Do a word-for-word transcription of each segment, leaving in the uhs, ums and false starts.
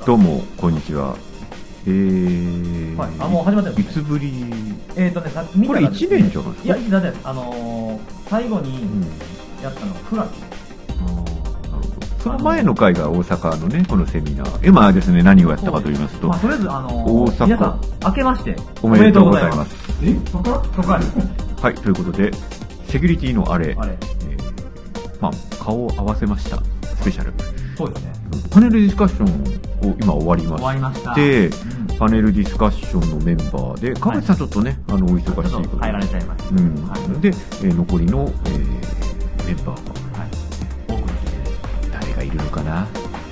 どうもこんにちは。えー、 はい、あもう始まってるんですね。 いつぶり？ えーとね、さ見これいちねんじゃないですか。 いや、いやだってあのー、最後にやったのがくがつ、 うん、あなるほど。その前の回が大阪のねこのセミナー。今ですね何をやったかと言いますと、 まあ、とりあえずあのー、 大阪皆さん明けましておめでとうございます。 え、そこからそこからはい、ということでセキュリティのあれ、 あれ、 えー、まあ顔を合わせましたスペシャル。 そうですね。 パネルディスカッションを今終わりまして、 終わりました。 で、 うん、 パネルディスカッションのメンバーで川口さんちょっとね、はい、あのお忙しいこと入られちゃいました。 うん、 はい、 で、えー、残りの、えー、メンバーが、はい、 多くの人で誰がいるのかな。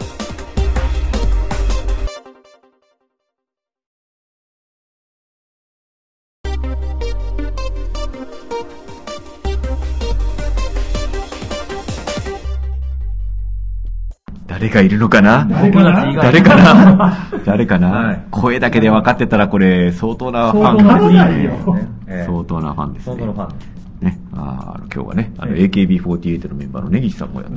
誰がいるのかな。 誰かな誰かな誰かな、 はい、 声だけで分かってたらこれ相当なファン相当なですね。 えー、 相当なファンですね。 相当なファンですね、ああの今日はね、あの エーケービーフォーティーエイト のメンバーの根岸さんもやって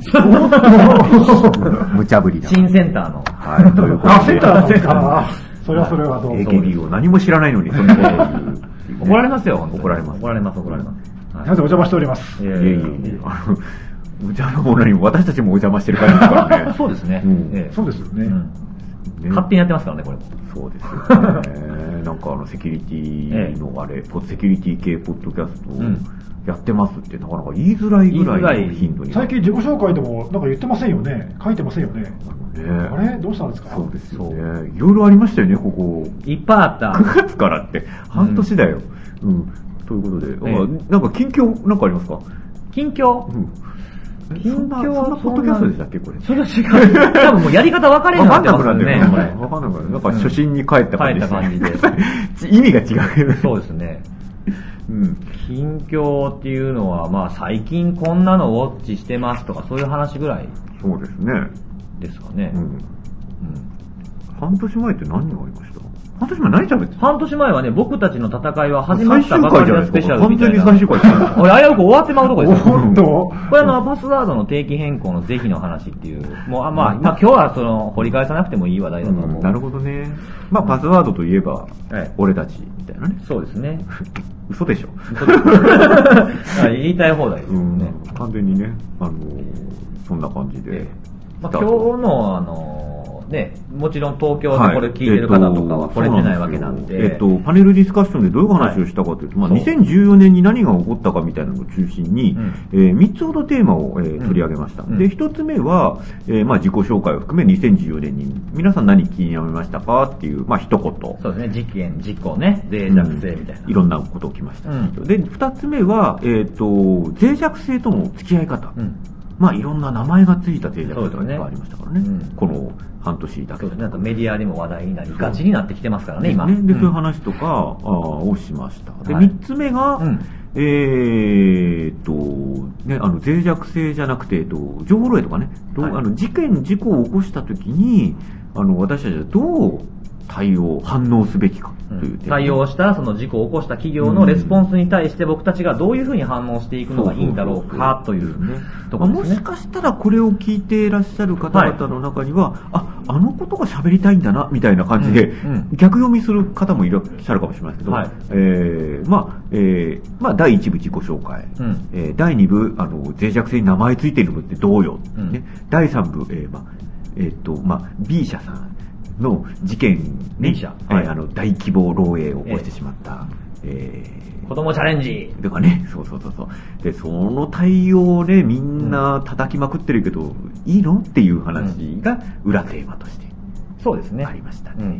無茶ぶりな新センターの、 はい、ということで、 あ、センターなんですか。それはそれはどうも。 エーケービー を何も知らないのにそんなことを言う、ね、 怒られますよ。 怒られます怒られます怒られます。 すみません、お邪魔しております。 いやいやいやいや、あの無茶なものにも私たちもお邪魔してる感じですからね。 そうですね、 うんええ、そうですよね、うん、 ね、 勝手にやってますからねこれ。 そうですよね。なんかあのセキュリティのあれ、ええ、セキュリティ系ポッドキャストをやってますってなかなか言いづらいぐらいの頻度に。 最近自己紹介でもなんか言ってませんよね。書いてませんよね。ね、あれどうしたんですか。 そうですよね。いろいろありましたよねここ。 いっぱいあった。 くがつからって半年だよ。うん。うん、ということで、ええ、なんか近況なんかありますか。 近況。うん、 近況はそんなポッドキャストでしたっけこれ。 それは違う。多分もうやり方分かれるようになってますよね。 分かんなくなってる。分かんなくなってる。なんか初心に帰った感じです、ね。 帰った感じで。意味が違う。 そうですね。 うん。 近況っていうのはまあ最近こんなのウォッチしてますとかそういう話ぐらい。 そうですね。 ですかね。 うん。うん、半年前って何がありました。半年前何喋ってた。 半年前はね、僕たちの戦いは始まったばかりのスペシャルみたいな。 完全に最終回じゃないですか。 俺危うく終わってまうとこですよ。 本当。 これあのパスワードの定期変更の是非の話っていう、もうあまあ、まあ、今日はその掘り返さなくてもいい話題だと思う。 うん、なるほどね。まあパスワードといえば、はい、俺たちみたいなね。 そうですね。 嘘でしょ。 嘘です言いたい放題ですよね、 うん。完全にね、あのそんな感じで。 えーまあ、今日のあのね、もちろん東京でこれ聞いてる方とかは来れてないわけなんで、 えっと、パネルディスカッションでどういう話をしたかというと、はい、まあ、にせんじゅうよねんに何が起こったかみたいなのを中心に、うんえー、みっつほどテーマを、えー、取り上げました。うん、で、ひとつめは、えーまあ、自己紹介を含めにせんじゅうよねんに皆さん何気になりましたかっていう、まあ、一言。 そうですね、事件、事故ね、脆弱性みたいな、 うん。いろんなことをきました。 うん、 で、二つ目は、えっと、脆弱性との付き合い方。うんまあいろんな名前がついた脆弱性がありましたからね。うん、この半年だけ。 そうですね。あとメディアでも話題になりがちになってきてますからね、今。 ね、で、そういう話とか、あをしました。で、三、はい、つ目が、うん、えーっと、ね、あの、脆弱性じゃなくて、えっと、情報漏洩とかね、はい、あの、事件、事故を起こしたときに、あの、私たちはどう対応、反応すべきかという、うん、 対応したその事故を起こした企業のレスポンスに対して僕たちがどういうふうに反応していくのがいいんだろうかというところですね。 もしかしたらこれを聞いていらっしゃる方々の中には、はい、あ、あのことが喋りたいんだなみたいな感じで、うんうん、逆読みする方もいらっしゃるかもしれませんけど、はい、えー、まあ、えー、まあだいいち部自己紹介、うんえー、だいに部あの脆弱性に名前ついているのってどうよ、うんね、だいさん部、えーまあえーっとまあ、B 社さんの事件に、はい、あの大規模漏洩を起こしてしまった、えーえー、子供チャレンジとかね、そうそうそうそうでその対応をねみんな叩きまくってるけど、うん、いいのっていう話が裏テーマとしてそうですねありましたね。うん、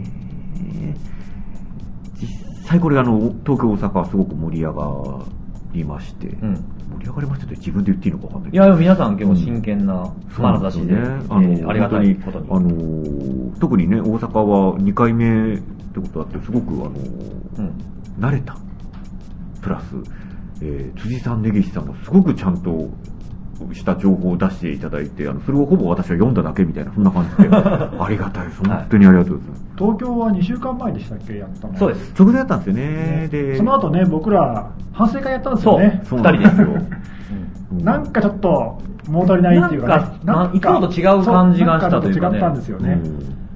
実際これあの東京大阪はすごく盛り上がりまして、うん、盛り上がりましたって自分で言っていいのか分かんないけど、 いや皆さん結構真剣な眼差しで、うんねあのえー、ありがたいことに、 あの特にね大阪はにかいめってことあってすごくあの、うん、慣れたプラス、えー、辻さん根岸さんがすごくちゃんとした情報を出していただいて、あのそれをほぼ私は読んだだけみたいなそんな感じでありがたいです、本当にありがとうございます。 東京はにしゅうかんまえでしたっけやったの。 そうです、 直前やったんですよね。ねでその後ね僕ら反省会やったんですよね。 そうふたりですよ、 うん、なんかちょっと物足りないっていうか、ね、 なんかいつもと違う感じがしたというかね。 なんかちょっと違ったんですよね。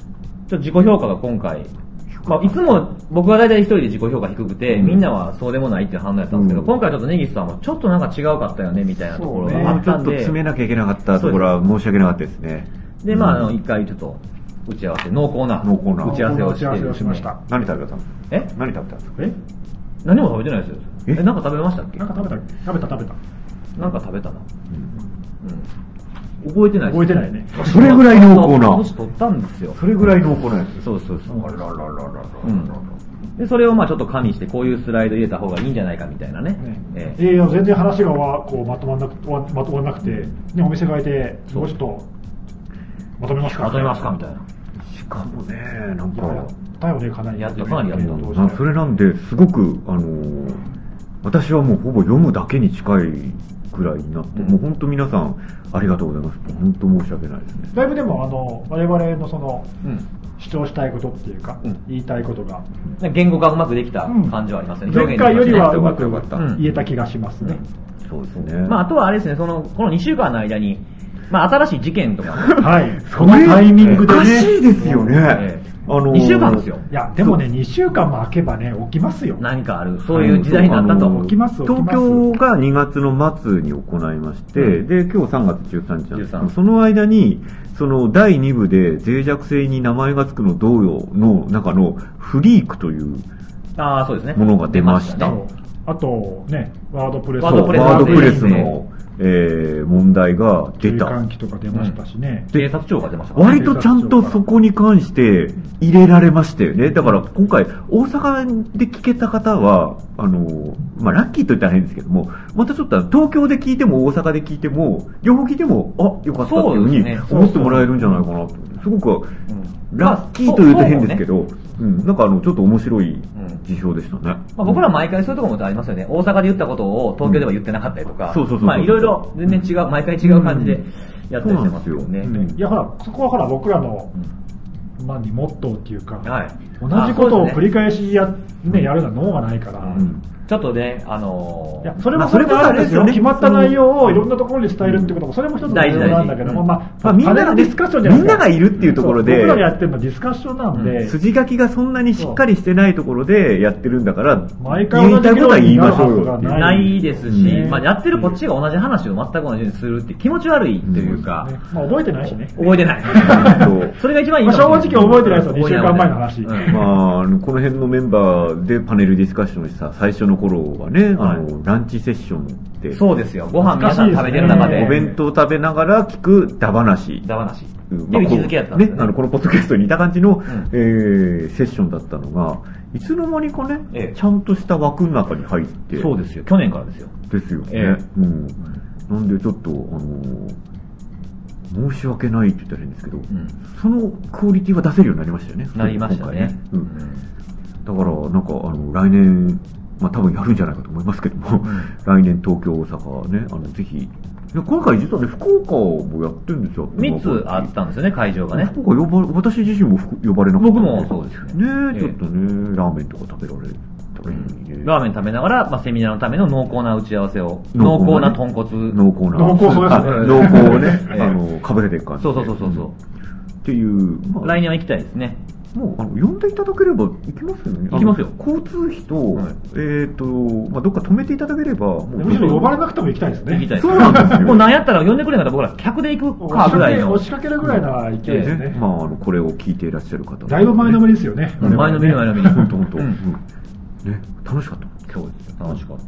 ちょっと自己評価が今回、まあ、いつも僕は大体一人で自己評価低くて、うん、みんなはそうでもないっていう反応やったんですけど、うん、今回ちょっと根岸さんもちょっとなんか違うかったよねみたいなところがあったんで、 ね、ちょっと詰めなきゃいけなかったところは申し訳なかったですね。 で、まあ、あの、一回ちょっと打ち合わせ、濃厚な打ち合わせをして、ね、 打ち合わせをしました。 何食べたの？ え？ 何食べたんですか？ え？ 何も食べてないですよ。え？なんか食べましたっけ？ なんか食べた食べた食べた。 なんか食べたな。うん。うん、覚えてないです。 覚えてないね。 それぐらい濃厚な。 年取ったんですよ。 それぐらい濃厚なやつ。 そうそうそう。 あらららららら。 うん。で、それをまあちょっと加味して、こういうスライド入れた方がいいんじゃないかみたいなね。ねええー、いや全然話がわこうまとまんなくまとまんなくて、ね、お店がいて、もうちょっとまとめますか、 まとめますかみたいな。 しかもね、なんか。 やったよね、かなり。 やった、かなりやった。 それなんで、すごく、あのー、私はもうほぼ読むだけに近いぐらいになって、うん、もう本当皆さん、ありがとうございます。本当申し訳ないですね。 だいぶでも、あの、我々のその、うん主張したいことっていうか、うん、言いたいことが言語がうまくできた感じはありますね、うん、 前回よりはうまく言えた気がしますね、 うん、そうですね。 まあ、あとはあれですね、そのこのにしゅうかんの間に、まあ、新しい事件とかはい、そのタイミングでね、 おかしいですよね、 えーあのー、にしゅうかんですよ。 いやでもね、にしゅうかんも空けばね起きますよ、 何かある、そういう時代になったと思う。 起きます。 東京がにがつの末に行いまして、うん、で今日さんがつじゅうさんにちなんですけど、その間にそのだいに部で脆弱性に名前がつくの同様の中のフリークというものが出ました。 あとね、ワードプレスワードプレスワードプレスの、えー、問題が出た。 注意喚起とか出ましたしね。 うん、警察庁が出ました、 ね。割とちゃんとそこに関して入れられましたよね。だから今回大阪で聞けた方は、あの、まあ、ラッキーと言ったら変ですけども、またちょっと東京で聞いても大阪で聞いても、両方聞いても、あ、よかったっていうふうに思ってもらえるんじゃないかなと。すごく、うん、ラッキーと言うと変ですけど、うん、なんかあの、ちょっと面白い事象でしたね。 まあ、僕ら毎回そういうところもありますよね。大阪で言ったことを東京では言ってなかったりとか、 そうそうそう。 まあいろいろ全然違う、毎回違う感じでやったりしてますよね。 うん、いやほら、そこはほら僕らの、うん、まあ、モットーっていうか、はい、同じことを繰り返しや、ね、やるのは脳がないから、うんちょっとね、あのー、 いやそれもそれもあるんですよ、決まった内容をいろんなところに伝えるってことも、それも一つの内容なんだけども、まあ、 まあ、みんなのディスカッションじゃないですか。みんながいるっていうところで、 僕らがやってるのはディスカッションなんで、 うん、筋書きがそんなにしっかりしてないところでやってるんだから、 毎回言いたいことは言いましょうよ。 ないですし、うん、まあ、やってるこっちが同じ話を全く同じようにするって気持ち悪いというか、 うんね、まあ、覚えてないしね。 覚えてない。それが一番いい、 まあ、正直覚えてないですよ、にしゅうかんまえの話。 うん、まあ、この辺のメンバーでパネルディスカッションした最初の頃はね、あの、はい、ランチセッションでそうですよ、ご飯皆さん食べてる中で、 お弁当食べながら聞くダ話ダ話うん、まあ、 いう位置づけやったんですよね。 ね、あのこのポッドキャストに似た感じの、うん、えー、セッションだったのがいつの間にかね、ええ、ちゃんとした枠の中に入ってそうですよ、去年からですよですよね、 ええ、 うん、なんでちょっとあのー、申し訳ないって言ったらいいんですけど、うん、そのクオリティは出せるようになりましたよね。 なりましたね、ね、 うん、だからなんかあの来年まあ多分やるんじゃないかと思いますけども、うん、来年東京大阪ね、あのぜひ今回実はね福岡もやってるんですよ。 みっつあったんですよね、会場がね。 福岡呼ば私自身も呼ばれなかった。 僕もそうですね。 ねえ、ちょっとね、ラーメンとか食べられたらいいのにね。 ラーメン食べながら、まあ、セミナーのための濃厚な打ち合わせを、濃厚な豚骨。 濃厚な。 濃厚そうですね。 濃厚をね、あの、かぶせていく感じ。 そうそうそうそう。 っていう、 まあ、来年は行きたいですね。 もうあの呼んでいただければ行きますよね。 行きますよ。 交通費と、はい、えっ、ー、と、まあ、どっか止めていただければ、もうむしろ呼ばれなくても行きたいですね。 行きたい。 そうなんですよ。 もうなんやったら呼んでくれなかったら僕ら客で行くかぐらいの。 押しかけるぐらいなら行きたいですね。 まあ、あの、これを聞いていらっしゃる方、ね。 だいぶ前のめりですよね。 前のめり前のめり。 本当本当。ね、楽しかった。 今日ですよ。楽しかった。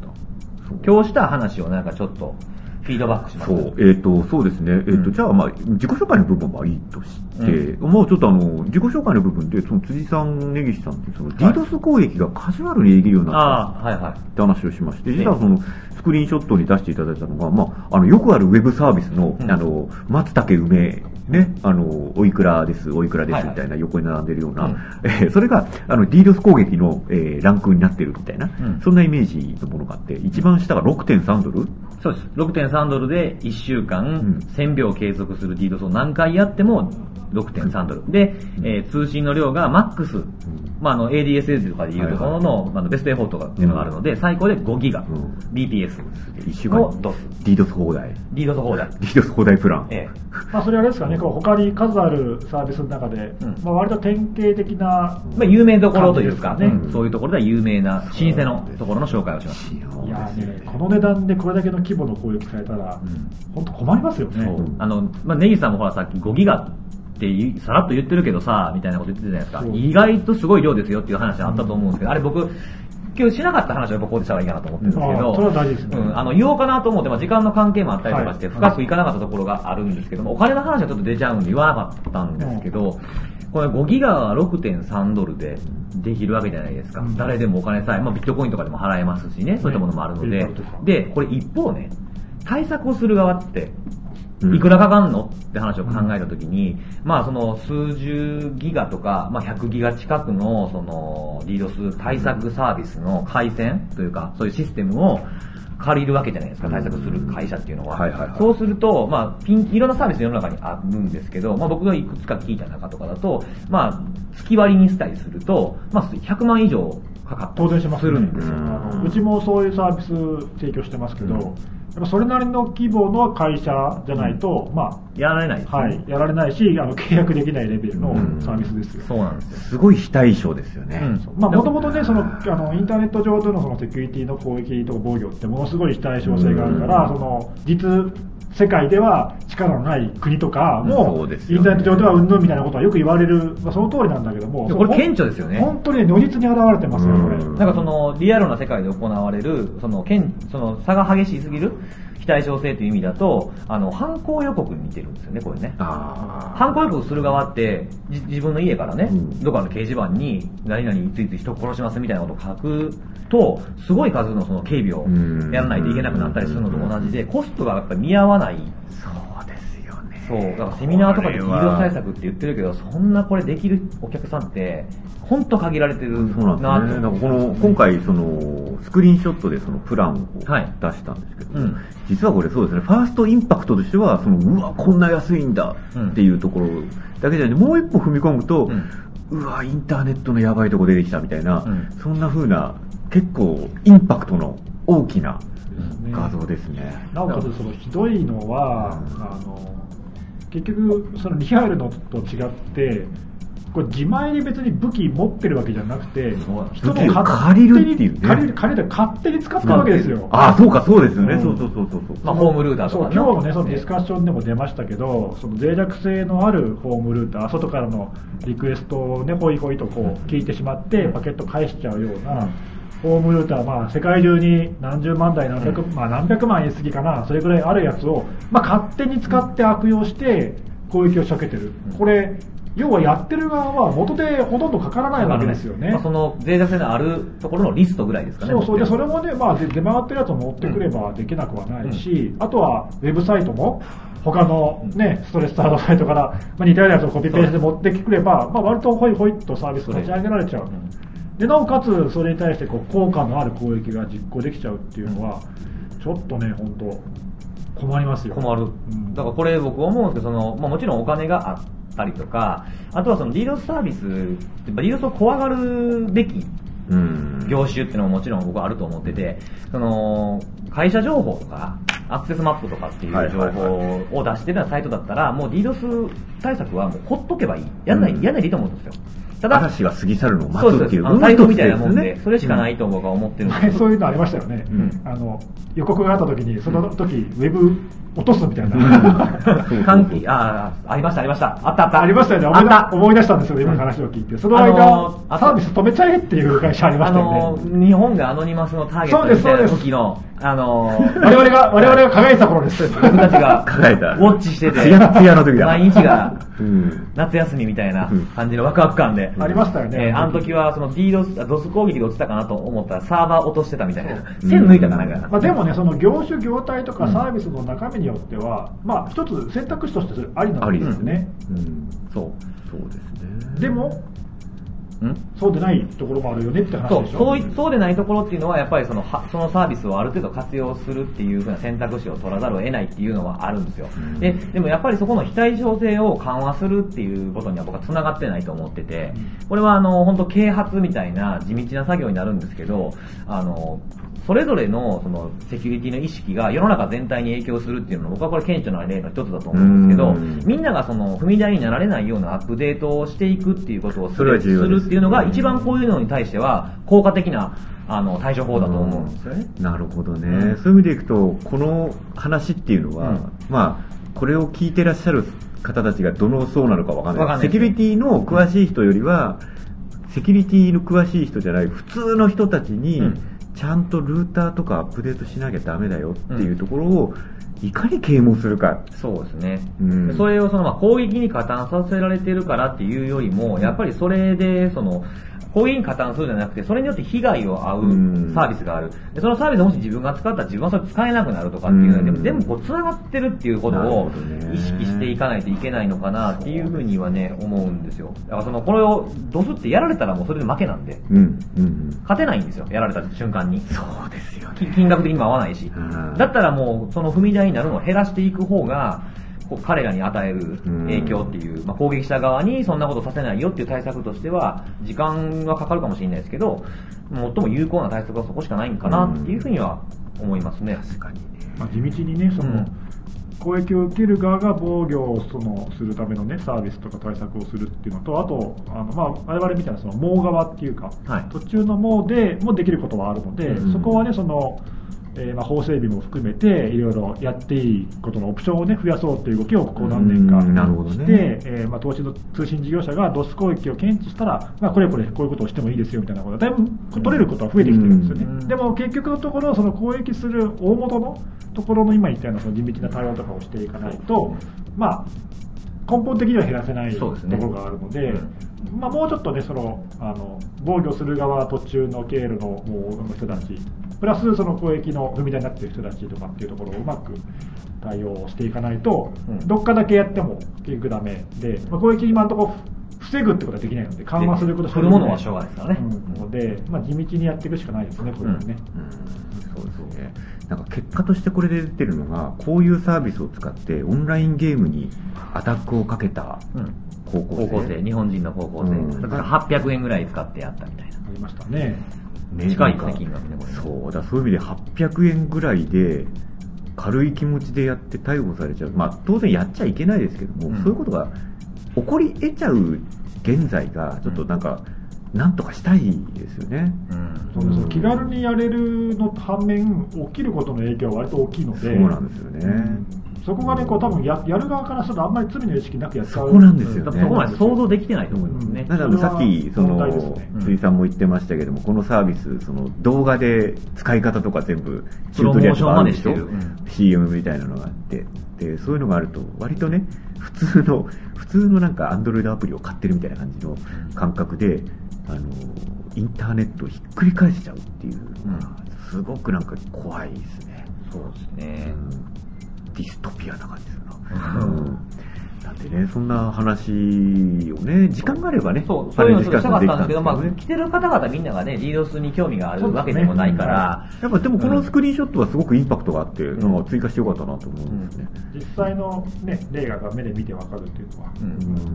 今日した話をなんかちょっと、フィードバックします。 そう、えっ、ー、と、そうですね。えっ、ー、と、うん、じゃあ、まあ、自己紹介の部分はいいとして、うん、もうちょっとあの、自己紹介の部分で、その辻さん、根岸さんって、その、ディードス 攻撃がカジュアルにできるようになった、はい、って話をしまして、実はその、スクリーンショットに出していただいたのが、まあ、あの、よくあるウェブサービスの、うん、あの、松茸梅、ね、あの、おいくらです、おいくらですみたいな横に並んでるような、はいはい、えー、それが、あの、ディードス 攻撃の、えー、ランクになってるみたいな、うん、そんなイメージのものがあって、一番下が ろくてんさん ドルそうです。ろくてんさん ドルでいっしゅうかんせんびょう継続する ディードス を何回やっても ろくてんさん ドル。で、えー、通信の量がマックス、うん、まあ、あの エーディーエスエス とかでいうところの、はいはい、あのベストエフォートっていうのがあるので、うん、最高でごギガ、うん、ビーピーエスいっしゅうかん ドス。ディードス 放題。 ディードス 放題。 ディードス 放題プラン。 ええ。まあ、それあれですかね、 こう他に数あるサービスの中で、うん、まあ、割と典型的な、 まあ、有名どころというか、ね、うん、そういうところでは有名な老舗のところの紹介をします。 いやね、この値段でこれだけの規模の攻撃されたら、本、う、当、ん、困りますよね。 あの、まあ、ネギさんもほらさっきごギガってさらっと言ってるけどさみたいなこと言ってたじゃないですか。意外とすごい量ですよっていう話があったと思うんですけど、うん、あれ僕今日しなかった話はここでした方がいいかなと思ってるんですけど、 それは大事ですね。 うん、あの言おうかなと思って、まあ、時間の関係もあったりとかして、はい、深くいかなかったところがあるんですけども、お金の話はちょっと出ちゃうんで言わなかったんですけど、うん、これごギガが ろくてんさん ドルでできるわけじゃないですか。うん、誰でもお金さえ、まあ、ビットコインとかでも払えますしね、そういったものもあるので、で、これ一方ね、対策をする側って、いくらかかんのって話を考えたときに、うん、まあその数十ギガとか、まあひゃくギガ近くのその DDoS 対策サービスの回線というか、そういうシステムを借りるわけじゃないですか、対策する会社っていうのは。はいはいはい、そうすると、まあピン、いろんなサービス世の中にあるんですけど、まあ僕がいくつか聞いた中とかだと、まあ月割りにしたりすると、まあひゃくまん以上かかったりするんですよ。 あのうちもそういうサービス提供してますけど、うん、やっぱそれなりの規模の会社じゃないと、うん、まあ、 やられないですね。 はい、やられないし、あの、契約できないレベルのサービスですよ。 うん、そうなんですよ。 すごい非対称ですよね。うん、 まあ、もともとね、その、あの、インターネット上でのそのセキュリティの攻撃とか防御ってものすごい非対称性があるから、うん、その、実、世界では力のない国とかも、ね、インターネット上ではうんぬんみたいなことはよく言われる、まあ、その通りなんだけども、 これ顕著ですよね。 本当にね、如実に現れてますよ、これ。 なんかその、リアルな世界で行われる、その、その差が激しすぎる非対称性という意味だと、あの、犯行予告に似てるんですよね、これね。犯行予告する側って、自分の家からね、うん、どこかの掲示板に、何々について人を殺しますみたいなことを書くと、すごい数のその警備をやらないといけなくなったりするのと同じで、コストがやっぱり見合わない。 そうですよね。 そう。だからセミナーとかで DDoS 対策って言ってるけど、そんなこれできるお客さんって、本当限られてるなって。そうなんですね。 なんかこの、今回その、スクリーンショットでそのプランを出したんですけど、はい、うん、実はこれそうですね、ファーストインパクトとしては、その、うわ、こんな安いんだっていうところだけじゃなくて、もう一歩踏み込むと、うん、うわ、インターネットのやばいとこ出てきたみたいな、うん、そんな風な、結構インパクトの大きな画像ですね。ね、 なおかつそのひどいのは、うん、あの結局そのリアルのと違ってこれ自前に別に武器持ってるわけじゃなくて人の借りるっていうね、 借りる借りる勝手に使ったわけですよ。 ああ、そうか、そうですよね。うん、そうそうそうそうそう。 まあホームルーターとか、 ね、そう今日のねそのディスカッションでも出ましたけど、その脆弱性のあるホームルーター、外からのリクエストをねホイホイとこう聞いてしまってパケット返しちゃうような。ホームルーター、まあ、世界中に何十万台何百、うん、まあ、何百万言い過ぎかな、それぐらいあるやつを、まあ、勝手に使って悪用して攻撃を仕掛けてる。これ、要はやってる側は元でほとんどかからないわけですよね。まあ、 その脆弱性のあるところのリストぐらいですかね。 そうそう。で、それもね、まあ、出回ってるやつを持ってくればできなくはないし、うん、あとは、ウェブサイトも、他のね、ストレスサードサイトから、まあ、似たようなやつをコピペして持ってくれば、まあ、割とホイホイっとサービス立ち上げられちゃう。でなおかつそれに対してこう効果のある攻撃が実行できちゃうっていうのはちょっとね本当困りますよ。 困る、うん、だからこれ僕思うんですけど、その、まあ、もちろんお金があったりとか、あとはその DDoS サービス DDoS を怖がるべき業種っていうのももちろん僕はあると思ってて、その会社情報とかアクセスマップとかっていう情報を出してるようなサイトだったらもう DDoS 対策はもうほっとけばいい、やんない、うん、やんないでいいと思うんですよ。 ただ嵐が過ぎ去るのを待つっていうのが台風みたいなもんで、それしかないと僕は思ってるんですけど、 うん、そういうのありましたよね、うん、あの予告があった時にその時、うん、ウェブ落とすみたいな歓喜、ああ、ありましたありました。あったあった。 ありましたよね。思いだ思い出したんですよ、今の話を聞いて。その間、あのー、サービス止めちゃえっていう会社ありましたよね。あのー、日本がアノニマスのターゲットみたいな時の、あのー、 我々が、我々が輝いた頃です。 僕たちが、 輝いた。 ウォッチしてて、 ツヤツヤの時だ。 毎日が、夏休みみたいな感じのワクワク感で。 ありましたよね。 えー、あの時は、その DDoS、ドス 攻撃で落ちたかなと思ったら、サーバー落としてたみたいな。線抜いたかなんか。 まあでもね、その業種、業態とかサービスの中身によっては、まあ一つ選択肢としてそれありなんですね。 うん、うん、そう、そうですね。 でも、んそうでないところもあるよねって話でしょ。 そう、そう、そうでないところっていうのはやっぱりそのそのサービスをある程度活用するっていう風な選択肢を取らざるを得ないっていうのはあるんですよ。うん、で、でもやっぱりそこの非対称性を緩和するっていうことには僕は繋がってないと思ってて、これはあの本当啓発みたいな地道な作業になるんですけど、あのそれぞれのそのセキュリティの意識が世の中全体に影響するっていうのは僕はこれ顕著な例の一つだと思うんですけど、みんながその踏み台になられないようなアップデートをしていくっていうことをするっていうのが一番こういうのに対しては効果的なあの対処法だと思うんですよね。 なるほどね、うん、そういう意味でいくとこの話っていうのは、うん、まあこれを聞いてらっしゃる方たちがどの層なのかわかんない。かんないセキュリティの詳しい人よりは、うん、セキュリティの詳しい人じゃない普通の人たちに、うん、ちゃんとルーターとかアップデートしなきゃダメだよっていうところを、うん、いかに啓蒙するか。 そうですね、うん、それをそのまあ攻撃に加担させられてるからっていうよりも、やっぱりそれでその攻撃に加担するんじゃなくて、それによって被害を負うサービスがある。でそのサービスをもし自分が使ったら自分はそれ使えなくなるとかっていうのは、でも全部こう繋がってるっていうことを意識していかないといけないのかなっていうふうにはね、思うんですよ。だからその、これをドスってやられたらもうそれで負けなんで、うんうんうん、勝てないんですよ、やられた瞬間に。 そうですよね。 金額的にも合わないし。だったらもうその踏み台になるのを減らしていく方が、彼らに与える影響っていう、まあ、攻撃した側にそんなことさせないよっていう対策としては時間はかかるかもしれないですけど、最も有効な対策はそこしかないんかなっていうふうには思いますね。 確かにね、まあ、地道にねその、うん、攻撃を受ける側が防御をそのするための、ね、サービスとか対策をするっていうのと、あとあの、まあ、我々みたいなその網側っていうか、はい、途中の網でもできることはあるので、うん、そこはねそのえー、まあ法整備も含めていろいろやっていいことのオプションを、ね、増やそうという動きをここ何年かして、ねえーまあ、投資の通信事業者がドス攻撃を検知したら、まあ、これこれこういうことをしてもいいですよみたいなことだいぶ取れることは増えてきてるんですよね。でも結局のところその攻撃する大元のところの今言ったようなその地道な対応とかをしていかないと、まあ根本的には減らせないところがあるので、まあ、もうちょっとねそのあの防御する側途中の経路の人たちプラスその攻撃の踏み台になっている人たちとかっていうところをうまく対応していかないと、うん、どっかだけやっても結局ダメで、まあ、攻撃今のところ防ぐってことはできないので緩和することしかできない。 振るものはしょうがないですからね。 うん、ので、まあ、地道にやっていくしかないですねこれはね。うんうん、 そうですね。なんか結果としてこれで出てるのがこういうサービスを使ってオンラインゲームにアタックをかけた高校生、 うん、高校生日本人の高校生、うん、だからはっぴゃくえんぐらい使ってやったみたいな。 ありましたね。 ね、 近い金額ねこれね。 そうだ、そういう意味ではっぴゃくえんぐらいで軽い気持ちでやって逮捕されちゃう。まあ当然やっちゃいけないですけども、うん、そういうことが起こり得ちゃう現在がちょっとなんか、うん、なんとかしたいですよね。 うん、そうです。気軽にやれるの反面起きることの影響は割と大きいので。 そうなんですよね。うんそこがね、こう多分 や, やる側からするとあんまり罪の意識なくやっちゃう。 そこなんですよね。 そこまで想像できてないと思いますね。 だからさっきその辻さんも言ってましたけども、このサービスその動画で使い方とか全部チュートリアルとかあるでしょ。うん、シーエム みたいなのがあって、でそういうのがあると割とね普通の普通のなんか Android アプリを買ってるみたいな感じの感覚で、あのインターネットをひっくり返しちゃうっていうのがすごくなんか怖いですね。 そうですね。うんディストピアな感じするな、うん、なんでねそんな話をね時間があればねそうそういうのちょっとしたかったんですけど、まあ来てる方々みんながね DDoS に興味があるわけでもないから、 ね、やっぱでもこのスクリーンショットはすごくインパクトがあって、うん、なんか追加してよかったなと思うんですね、 うん、実際のね例が目で見てわかるっていうのは、うん、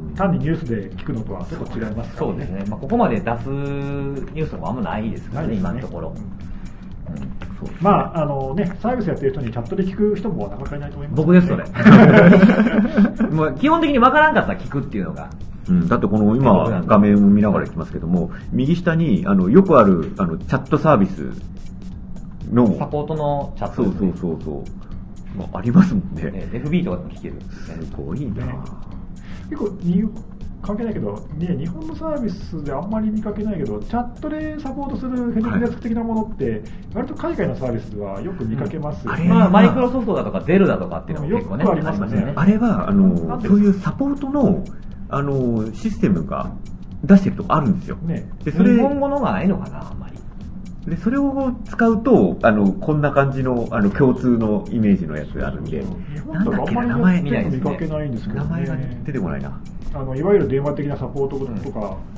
単にニュースで聞くのとはちょっと違いますからね。 そうですね、まあ、ここまで出すニュースもあんまないですからね、今のところ。 うん、そうまああのね、サービスやってる人にチャットで聞く人もなかなかいないと思います、ね、 僕ですそれもう基本的に分からんかったら聞くっていうのが、 うん、だってこの今画面を見ながらいきますけども、右下にあのよくあるあのチャットサービスのサポートのチャットですね。 そうそうそうそう、まあ、ありますもんね。 エフビー とかでも聞ける、 すごいな、ね、 結構関係ないけど、ね、日本のサービスであんまり見かけないけどチャットでサポートするヘルプデスク的なものって、はい、割と海外のサービスではよく見かけます、 うん、あれまあマイクロソフトだとかデルだとかっていうのも結構ねよくありますね。 あれはあのそういうサポートのあのシステムが出してるとこあるんですよ、ね、 でそれ日本語のがないのかなあんまりでそれを使うとあのこんな感じのあの共通のイメージのやつがあるんで、なんだっけな名前見見かけないんですけど、ね、 名前が出てこないな。 あのいわゆる電話的なサポートとか、うん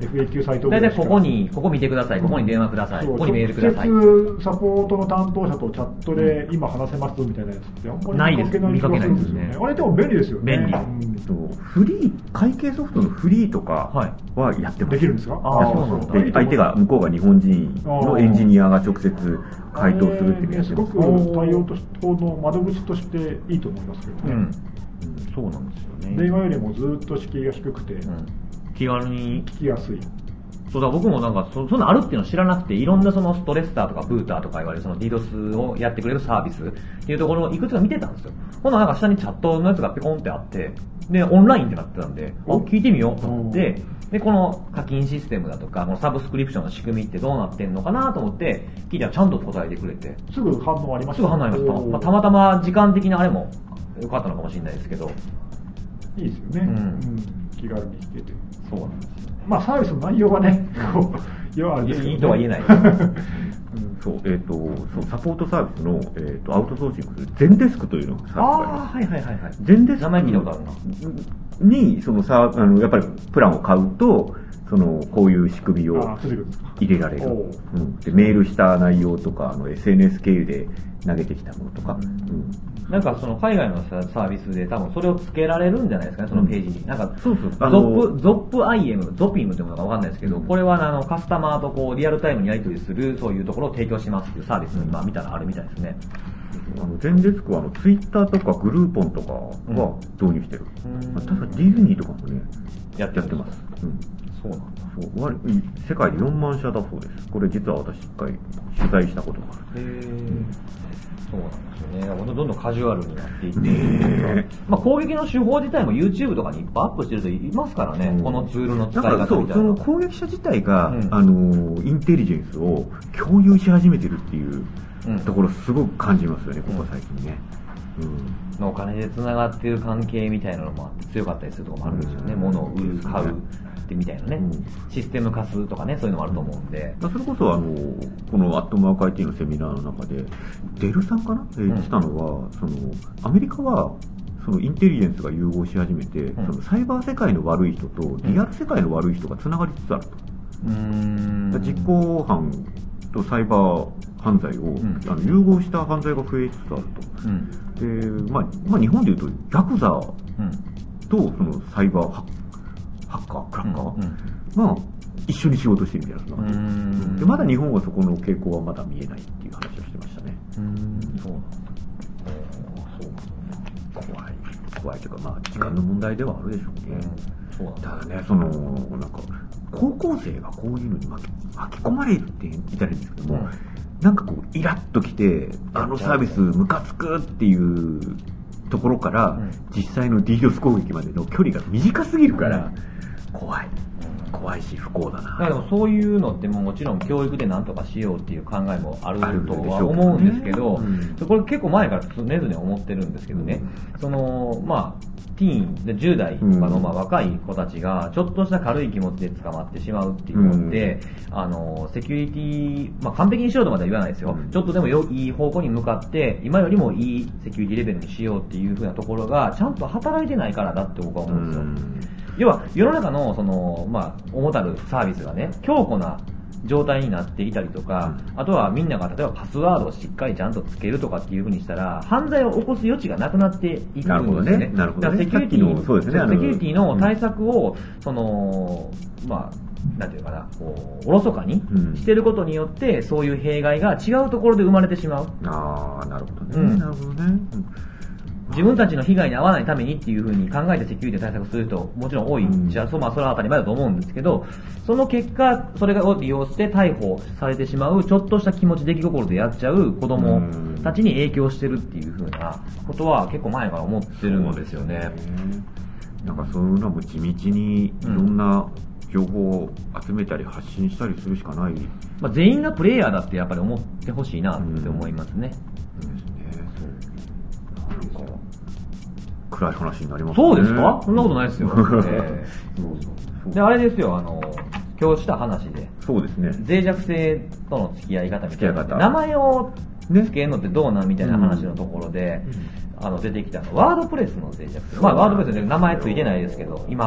エフエーキュー サイト大体ここに、ここ見てください、ここに電話ください、ここにメールください。 直接サポートの担当者とチャットで今話せますみたいなやつってあんまり見かけない気がするんですよね。あれでも便利ですよね。 便利。 フリー、会計ソフトのフリーとかはやってます。 できるんですか？ ああ、そうなんだ。相手が、向こうが日本人のエンジニアが直接回答するっていうやつ。 すごく対応としての窓口としていいと思いますけどね。 そうなんですよね。 電話よりもずっと敷居が低くて、 気軽に聞きやすい。 そうだ、僕もなんかそ、そんなあるっていうのを知らなくて、いろんなそのストレスターとかブーターとか言われるその DDoS をやってくれるサービスっていうところをいくつか見てたんですよ。ほんならなんか下にチャットのやつがペコンってあって、で、オンラインってなってたんで、あ、聞いてみようと思って、で、この課金システムだとか、このサブスクリプションの仕組みってどうなってんのかなと思って、聞いたらちゃんと答えてくれて。 すぐ反応ありました。 すぐ反応ありました。まあ、たまたま時間的なあれも良かったのかもしれないですけど。 いいですよね。うん。うん、気軽に聞けて。 そうなんですよね。 まあサービスの内容はね、こう、要はあれですけど、ね。 いいとは言えない。 そう、えっ、ー、と、そうサポートサービスの、えー、とアウトソーシングするゼンデスクというのがサービスがあります。 ああ、はいはいはいはい。 ゼンデスク名前聞いたことあるな。 に、そのさ、あの、やっぱりプランを買うと、その、こういう仕組みを入れられる。うん、でメールした内容とか、あの エスエヌエス 経由で投げてきたものとか。うんうん、なんかその海外のサービスで多分それをつけられるんじゃないですかね、そのページに。なんか、 そうそう。 ゾップ、ゾップ アイエム、ゾピムっていうものがわかんないですけど、うん、これはあのカスタマーとこうリアルタイムにやり取りするそういうところを提供しますっていうサービスが今見たらあるみたいですね。 あのゼンデスクはあのツイッターとかグルーポンとかは導入してる。うん、まあ、ただディズニーとかもね、やってます。うん、そうなんだ。そう、世界でよんまん社だそうです。これ実は私一回取材したことがある。へー、うん、 そうなんですよね。どんどんカジュアルになっていって、ね、まあ、攻撃の手法自体も YouTube とかにいっぱいアップしてる人いますからね、うん、このツールの使い方みたいな。 そう、その攻撃者自体が、うん、あのインテリジェンスを共有し始めてるっていうところすごく感じますよね、ここ最近ね。 うん、お金でつながっている関係みたいなのもあって強かったりするところもあるんですよね、うん、物を売る、買うってみたいなね、うん、システム化すとかね、そういうのもあると思うんで、 うん、それこそあのこのアットマーク アイティー のセミナーの中でデルさんかな、えー、言ってたのは、そのアメリカはそのインテリジェンスが融合し始めて、うん、そのサイバー世界の悪い人とリアル世界の悪い人がつながりつつあると、うん、実行犯とサイバー犯罪を、うん、あの融合した犯罪が増えつつあると、うん、でまあまあ、日本でいうとヤクザとそのサイバーハッカークラッカーが一緒に仕事してるみたいな感じ、うん、でまだ日本はそこの傾向はまだ見えないっていう話をしてましたね。うん、そうなんだ。そう怖い怖いというか、まあ時間の問題ではあるでしょうね。うん、そうただね、そのなんか高校生がこういうのに巻き巻き込まれるって言ったらいいんですけども、うん、なんかこうイラッときてあのサービスムカつくっていうところから、うん、実際の DDoS 攻撃までの距離が短すぎるから、うん、怖い怖いし不幸だな。 だでもそういうのってもちろん教育で何とかしようっていう考えもあるとは思うんですけど、ね、うん、これ結構前から常々思ってるんですけどね、うん、そのまあティーンでじゅう代とかのまあ若い子たちがちょっとした軽い気持ちで捕まってしまうっていうのって、うん、あのセキュリティ、まあ、完璧にしようとまでは言わないですよ、うん、ちょっとでもよいい方向に向かって今よりもいいセキュリティレベルにしようっていう風なところがちゃんと働いてないからだって僕は思うんですよ、うん、要は世の中のその、まあ、主たるサービスがね強固な状態になっていたりとか、うん、あとはみんなが例えばパスワードをしっかりちゃんとつけるとかっていう風にしたら犯罪を起こす余地がなくなっていくんですよね。 なるほどね。 セキュリティ、そうですね、セキュリティの対策を、うん、そのまあなんていうかな、こうおろそかにしてることによって、うん、そういう弊害が違うところで生まれてしまう。 ああ、なるほどね。うん、なるほどね。うん、 自分たちの被害に遭わないためにっていう風に考えてセキュリティ対策する人もちろん多いんじゃ、うん、まあそれは当たり前だと思うんですけど、その結果それを利用して逮捕されてしまうちょっとした気持ち出来心でやっちゃう子供たちに影響してるっていう風なことは結構前から思ってるんですよね。 なんかそういうのも地道にいろんな情報を集めたり発信したりするしかない、うん、 まあ、全員がプレイヤーだってやっぱり思ってほしいなって思いますね。うん、うん暗い話になりますね。 そうですか？そんなことないですよ。えー、そうそうであれですよ、あの今日した話で、 そうですね。 脆弱性との付き合い方みたいな、名前を付けるのってどうなんみたいな話のところで、うん、あの出てきたのワードプレスの脆弱性。まあワードプレスで名前ついてないですけど、今、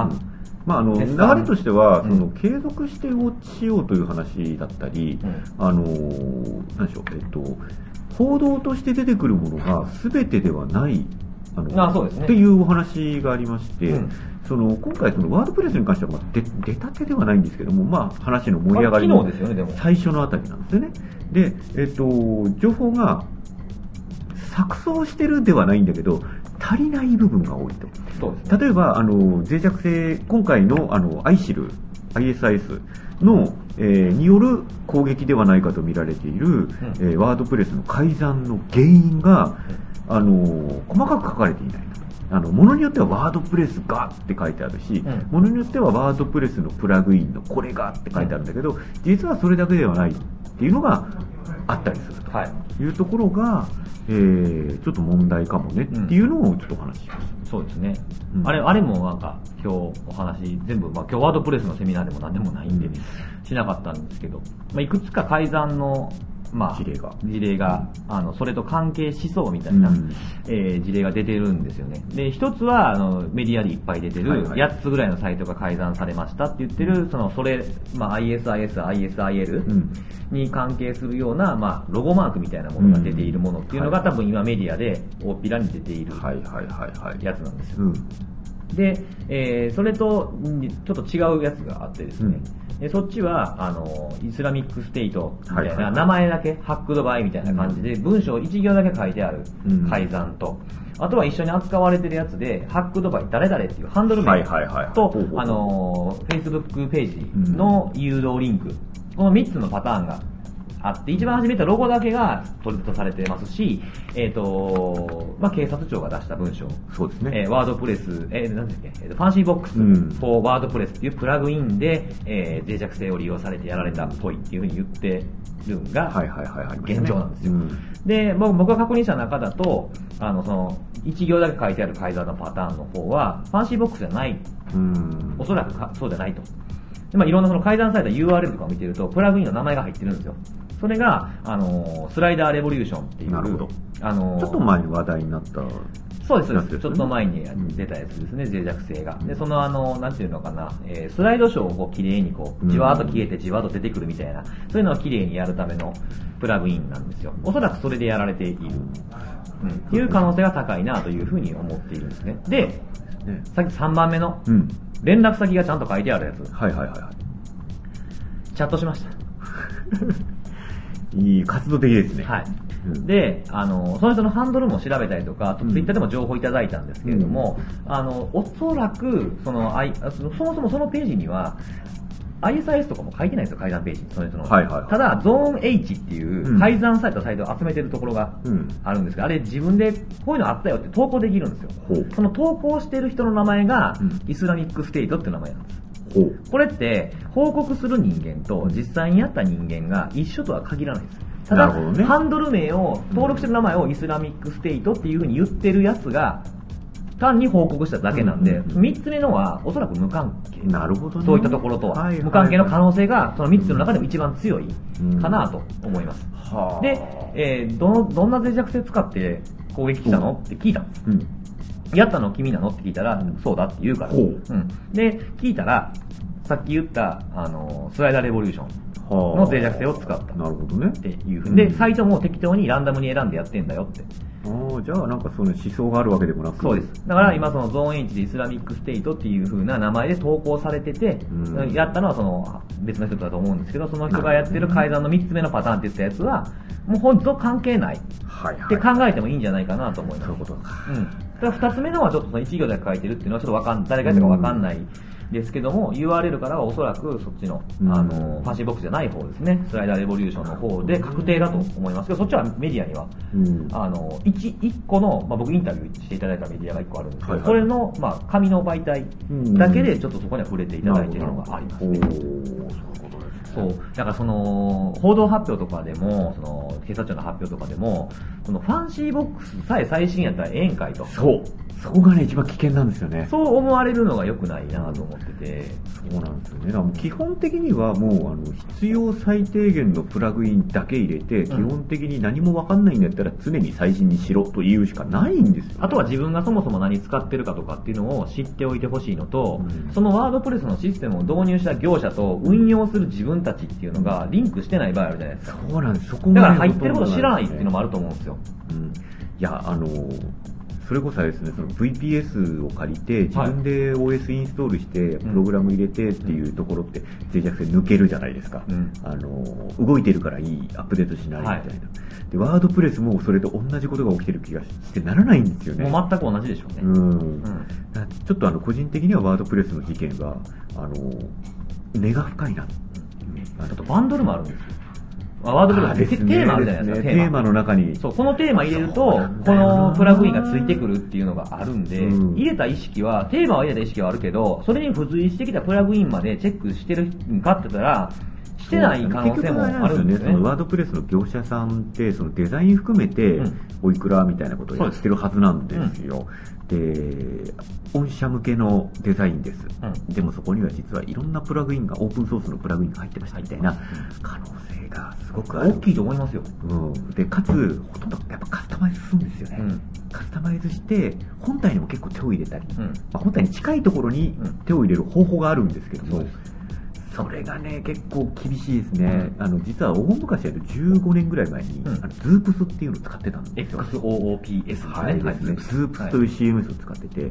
まあ、あの流れとしては、うん、その継続してウォッチしようという話だったり、うん、あの何でしょう、えっと、報道として出てくるものが全てではないあのあそうですね、 っていうお話がありまして、うん、その今回そのワードプレスに関しては、まあ、出, 出たてではないんですけども、まあ、話の盛り上がりの最初のあたりなんですよね。で、えっと、情報が錯綜してるではないんだけど足りない部分が多いと。 そうですね、 例えばあの脆弱性、今回のあの アイシル アイエスアイエス の、えー、による攻撃ではないかと見られている、うんえー、ワードプレスの改ざんの原因が、うん、あの細かく書かれていない。あのものによってはワードプレスがって書いてあるし、うん、ものによってはワードプレスのプラグインのこれがって書いてあるんだけど、実はそれだけではないっていうのがあったりするというところが、はい、えー、ちょっと問題かもねっていうのをちょっとお話ししました。 そうですね、うん、あれあれもなんか今日お話全部、まあ、今日ワードプレスのセミナーでも何でもないんで、うん、しなかったんですけど、まあ、いくつか改ざんのまあ、 事例が、 事例があのそれと関係しそうみたいな、うんえー、事例が出てるんですよね。で、一つはあのメディアにいっぱい出てるやっつぐらいのサイトが改ざんされましたって言ってる、そのそれ、まあ、アイエスアイエス、アイエスアイエル に関係するような、まあ、ロゴマークみたいなものが出ているものっていうのが、多分今メディアで大っぴらに出ているやつなんですよ。で、えー、それとちょっと違うやつがあってですね、うん、でそっちはあのイスラミックステイトみたいな名前だけ、ハックドバイみたいな感じで文章いち行だけ書いてある改ざんと、うん、あとは一緒に扱われてるやつでハックドバイ誰々っていうハンドル名とあの Facebook ページの誘導リンク、このみっつのパターンがあって、一番初めたロゴだけが取り沙汰されてますし、えっ、ー、と、まあ、警察庁が出した文章。 そうですね。 えー、ワードプレス、えー、なんだっけ、えー、ファンシーボックス、うん、フォーワードプレスっていうプラグインで、えー、脆弱性を利用されてやられたっぽいっていうふうに言ってるのが、現状なんですよ。で、僕が確認した中だと、あの、その、一行だけ書いてある改ざんのパターンの方は、ファンシーボックスじゃない。うん、おそらくかそうじゃないと。でまあ、いろんなその改ざんされた ユーアールエル とかを見てると、プラグインの名前が入ってるんですよ。それが、あのー、スライダーレボリューションっていう。 なるほど。 あのー、 ちょっと前に話題になった。 そうです、そうです。ちょっと前に出たやつですね、脆弱性が。で、そのあの、なんていうのかな、えー、スライドショーをこう綺麗にこう、じわーっと消えてじわーっと出てくるみたいな、そういうのを綺麗にやるためのプラグインなんですよ。おそらくそれでやられている。うん。っていう可能性が高いなというふうに思っているんですね。で、ね、さっきさんばんめの、うん、連絡先がちゃんと書いてあるやつ。 はいはいはいはい。 チャットしました。 いい活動的ですね。 はい。うん、で、あの、その人のハンドルも調べたりとか、あとツイッターでも情報いただいたんですけれども、うん、あの、おそらく、その、I、そもそもそのページには、アイエスアイエス とかも書いてないんですよ、改ざんページに。その人の。 はいはいはい、 ただ、ゾーン H っていう改ざんされたサイトを集めてるところがあるんですが、うん、あれ自分でこういうのあったよって投稿できるんですよ。その投稿してる人の名前が、イスラミックステイトっていう名前なんです。これって報告する人間と実際にやった人間が一緒とは限らないです。ただ、ね、ハンドル名を登録してる名前をイスラミックステイトっていう風に言ってるやつが単に報告しただけなんで、うんうんうん、みっつめのはおそらく無関係。 なるほどね。 そういったところとは、はいはいはい、無関係の可能性がそのみっつの中でも一番強いかなと思います。うん、で、えー、どのどんな脆弱性使って攻撃したのって聞いたんです。うんやったの君なのって聞いたら、そうだって言うから。うん、で、聞いたら、さっき言った、あの、スライダーレボリューションの脆弱性を使った。 なるほどね。 っていうふうに。で、サイトも適当にランダムに選んでやってんだよって。 ああ、じゃあなんかその思想があるわけでもなく。 そうです。だから今そのゾーン H でイスラミックステイトっていう風な名前で投稿されてて、うん、やったのはその別の人だと思うんですけど、その人がやってる改ざんのみっつめのパターンって言ったやつは、もう本当関係ないって考えてもいいんじゃないかなと思います。 そういうことか。 うん。だから二つ目のはちょっとその一行だけ書いてるっていうのはちょっとわかん、誰がやったかわかんない。ですけども ユーアールエル からはおそらくそっちの、うん、あのファンシーボックスじゃない方ですね、スライダーレボリューションの方で確定だと思いますけど、そっちはメディアには、うん、あの 1, 1個の、まあ、僕インタビューしていただいたメディアがいっこあるんですけど、はいはい、それの、まあ、紙の媒体だけでちょっとそこには触れていただいているのがありますね。そう。だからその、報道発表とかでも、その、警察庁の発表とかでも、そのファンシーボックスさえ最新やったらええんかいと。 そう。 そこがね、一番危険なんですよね。 そう思われるのが良くないなと思ってて。 そうなんですよね。だから基本的にはもう、あの、必要最低限のプラグインだけ入れて、うん、基本的に何もわかんないんだったら常に最新にしろというしかないんですよ、ね。 あとは自分がそもそも何使ってるかとかっていうのを知っておいてほしいのと、うん、そのワードプレスのシステムを導入した業者と運用する自分たちっていうのがリンクしてない場合あるじゃないですか。 そうなんです。そこが、 ね、だから入ってること知らないっていうのもあると思うんですよ。 うん、いや、あの、それこそですね、その ブイピーエス を借りて自分で オーエス インストールしてプログラム入れてっていうところって脆弱性抜けるじゃないですか、うん、あの動いてるからいい、アップデートしないみたいな、はい、でワードプレスもそれと同じことが起きてる気がしてならないんですよね。 もう全く同じでしょうね。うん、うん、 ちょっとあの個人的にはワードプレスの事件があの根が深いな、 うん、あとバンドルもあるんですよ。ワードプレスってテーマあるじゃないですか。 テーマの中に。 そう、このテーマ入れると、このプラグインがついてくるっていうのがあるんで、うん、入れた意識は、テーマは入れた意識はあるけど、それに付随してきたプラグインまでチェックしてるかって言ったら、してない可能性もあるんですよね。 そのワードプレスの業者さんって、そのデザイン含めて、おいくらみたいなことをやってるはずなんですよ。で、御社向けのデザインです、うん、でもそこには実はいろんなプラグインが、オープンソースのプラグインが入ってましたみたいな可能性がすごくある。 大きいと思いますよ。 うん、でかつほとんどやっぱカスタマイズするんですよね、うん、カスタマイズして本体にも結構手を入れたり、うん、まあ、本体に近いところに手を入れる方法があるんですけども、うん、それがね結構厳しいですね、うん、あの実は大昔やるじゅうごねんぐらい前に、うん、あのズープスっていうのを使ってたんですよ。 エックスオーオーピーエス ですね、 はい、はい、ズープスという シーエムエス を使ってて、はい、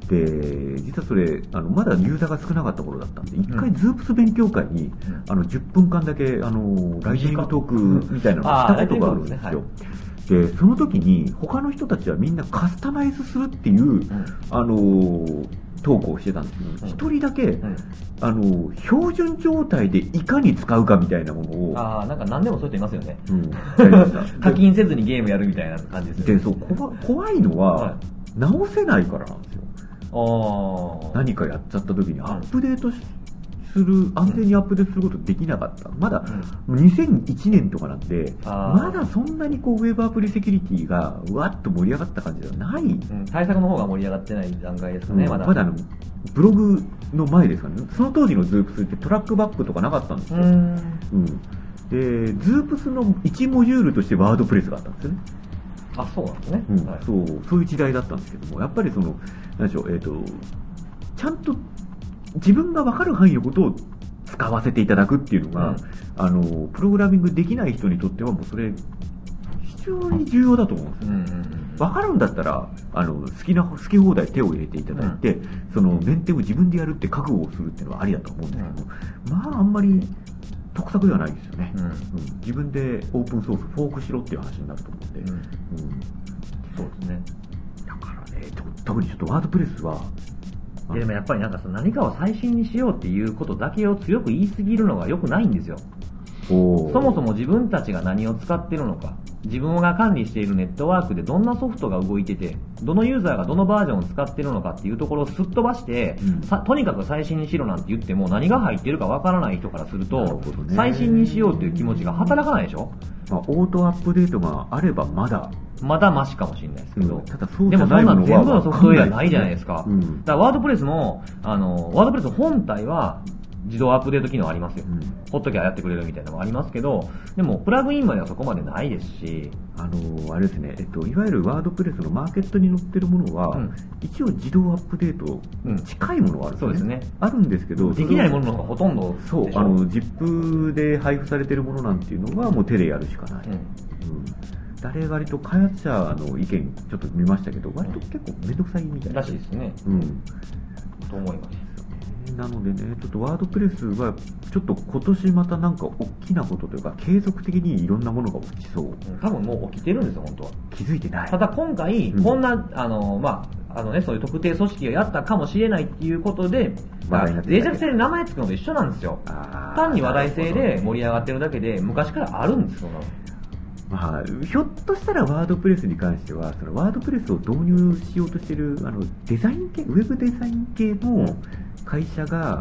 で実はそれあのまだユーザーが少なかった頃だったんで、一回ズープス勉強会に、うん、あのじゅっぷんかんだけあのライティングトークみたいなのをしたことがあるんですよ。でその時に他の人たちはみんなカスタマイズするっていう、うん、あのトークをしてたんですけど、一、うん、人だけ、うん、あの標準状態でいかに使うかみたいなものを、 ああ、なんか何でもそういう人いますよね、うん、課金せずにゲームやるみたいな感じですよね。 でそう怖、怖いのは、はい、直せないからなんですよ。あ、何かやっちゃった時にアップデートし、する安全にアップデートすることできなかった。まだにせんいちねんとかなんで、まだそんなにこうウェブアプリセキュリティがわっと盛り上がった感じではない、うん、 対策の方が盛り上がってない段階ですかね、うん、まだまだあのブログの前ですからね。その当時のズープスってトラックバックとかなかったんですよ。うん、うん、でズープスのいちモジュールとしてワードプレスがあったんですよね。 あ、そうなんですね、 うん、はい、そうそういう時代だったんですけども、やっぱりその何でしょう、えーと、ちゃんと自分が分かる範囲のことを使わせていただくっていうのが、うん、あのプログラミングできない人にとってはもうそれ非常に重要だと思うんですよ、うんうんうん、分かるんだったらあの好きな好き放題手を入れていただいて、うん、そのメンテを自分でやるって覚悟をするっていうのはありだと思うんですけども、うん、まああんまり得策ではないですよね、うんうん、自分でオープンソースフォークしろっていう話になると思うんで、うんうん、 そうですね。 だからね、特にちょっとワードプレスはでもやっぱりなんかその何かを最新にしようっていうことだけを強く言い過ぎるのが良くないんですよ。そもそも自分たちが何を使ってるのか、自分が管理しているネットワークでどんなソフトが動いてて、どのユーザーがどのバージョンを使ってるのかっていうところをすっ飛ばして、うん、さとにかく最新にしろなんて言っても何が入ってるかわからない人からすると、ね、最新にしようっていう気持ちが働かないでしょ。 まあ、オートアップデートがあればまだまだマシかもしれないですけど、うん、 ただそうでもそんな全部のソフトウェアないじゃないですか。うん、だからワードプレスもあのワードプレス本体は自動アップデート機能ありますよ、うん、ほっときゃやってくれるみたいなのもありますけど、でもプラグインまではそこまでないですし、 あのあれですね、えっと、いわゆるワードプレスのマーケットに載ってるものは、うん、一応自動アップデートに近いものはあるんですね、うん、そうですね、あるんですけど、 できないものの方がほとんどでしょ。 そう、あの ジップ で配布されてるものなんていうのはもう手でやるしかない、うんうん、誰割と開発者の意見ちょっと見ましたけど、割と結構面倒くさいみたいな、 らしいですね、うん、と思います。 なのでね、ちょっとワードプレスはちょっと今年またなんか大きなことというか継続的にいろんなものが起きそう、うん、 多分もう起きてるんですよ本当は。 気づいてない。 ただ今回、うん、こんなあのまああのね、そういう特定組織がやったかもしれないっていうことで脆弱性で名前つくのと一緒なんですよ。単に話題性で盛り上がってるだけで昔からあるんですよ。 まあ、ひょっとしたらワードプレスに関してはそのワードプレスを導入しようとしているあのデザイン系ウェブデザイン系の会社が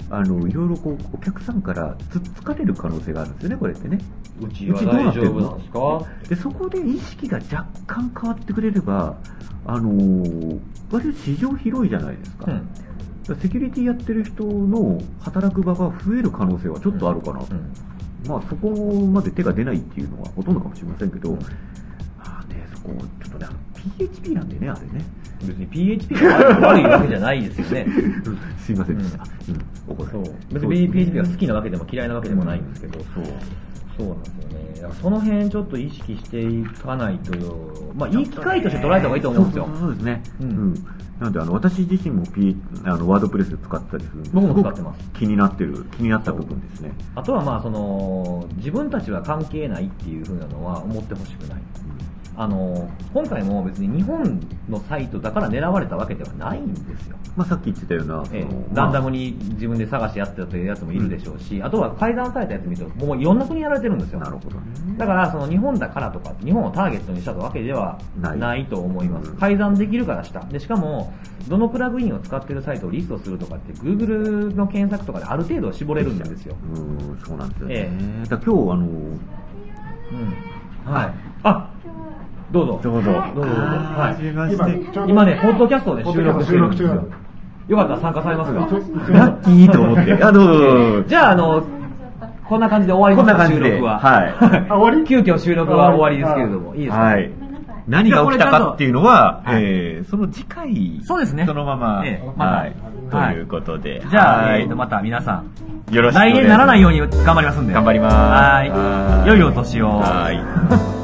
あのいろいろこうお客さんからつっつかれる可能性があるんですよね、これってね。 うちは大丈夫なんですか。 でそこで意識が若干変わってくれれば、あのー、割と市場広いじゃないですか。うんセキュリティやってる人の働く場が増える可能性はちょっとあるかなと、うんうん、まあそこまで手が出ないっていうのはほとんどかもしれませんけど、うん、あね、そこちょっとね ピーエイチピー なんでね、あれね別に ピーエイチピー が悪いわけじゃないですよねすいませんでした、うんうん、そう別に ピーエイチピー が好きなわけでも嫌いなわけでもないんですけど、うん、そうそうなんですよね。その辺ちょっと意識していかないと、まあいい機会として捉えた方がいいと思うんですよ。 そうそうそうですね、うんうんなのであの私自身も、P、あのワードプレス使ってたりするんで、 僕も使ってます。 気になってる気になった部分ですね。 あとはまあその自分たちは関係ないっていう風なのは思ってほしくない。あの今回も別に日本のサイトだから狙われたわけではないんですよ。 まあ、さっき言ってたような、 ええ、ランダムに自分で探してやってたというやつもいるでしょうし、うん、あとは改ざんされたやつ見るともういろんな国やられてるんですよ。 なるほどね。 だからその日本だからとか日本をターゲットにしたわけではないと思います。改ざんできるからした。でしかもどのプラグインを使っているサイトをリストするとかって Google の検索とかである程度絞れるんですよ。 うん、そうなんですよね。 ええ、だ今日あの、うん、 はい。あどうぞ。 どうぞ。どうぞ。 はい。 今、 今ね、ポッドキャストで収録してるんですよ。よかったら参加されますか？ ラッキーと思って。あ、どうぞどうぞ。 じゃあ、あの、こんな感じで終わりますか、収録は。 はい。 あ、終わり？急遽収録は終わりですけれども、いいですか？はい。 何が起きたかっていうのは、えー、その次回、 そうですね。 そのまま、ええ、まはい。ということで。 じゃあ、えー、また皆さん、 よろしくお願いします。 来年ならないように頑張りますんで。 頑張ります。 はい。良いお年を。 はい。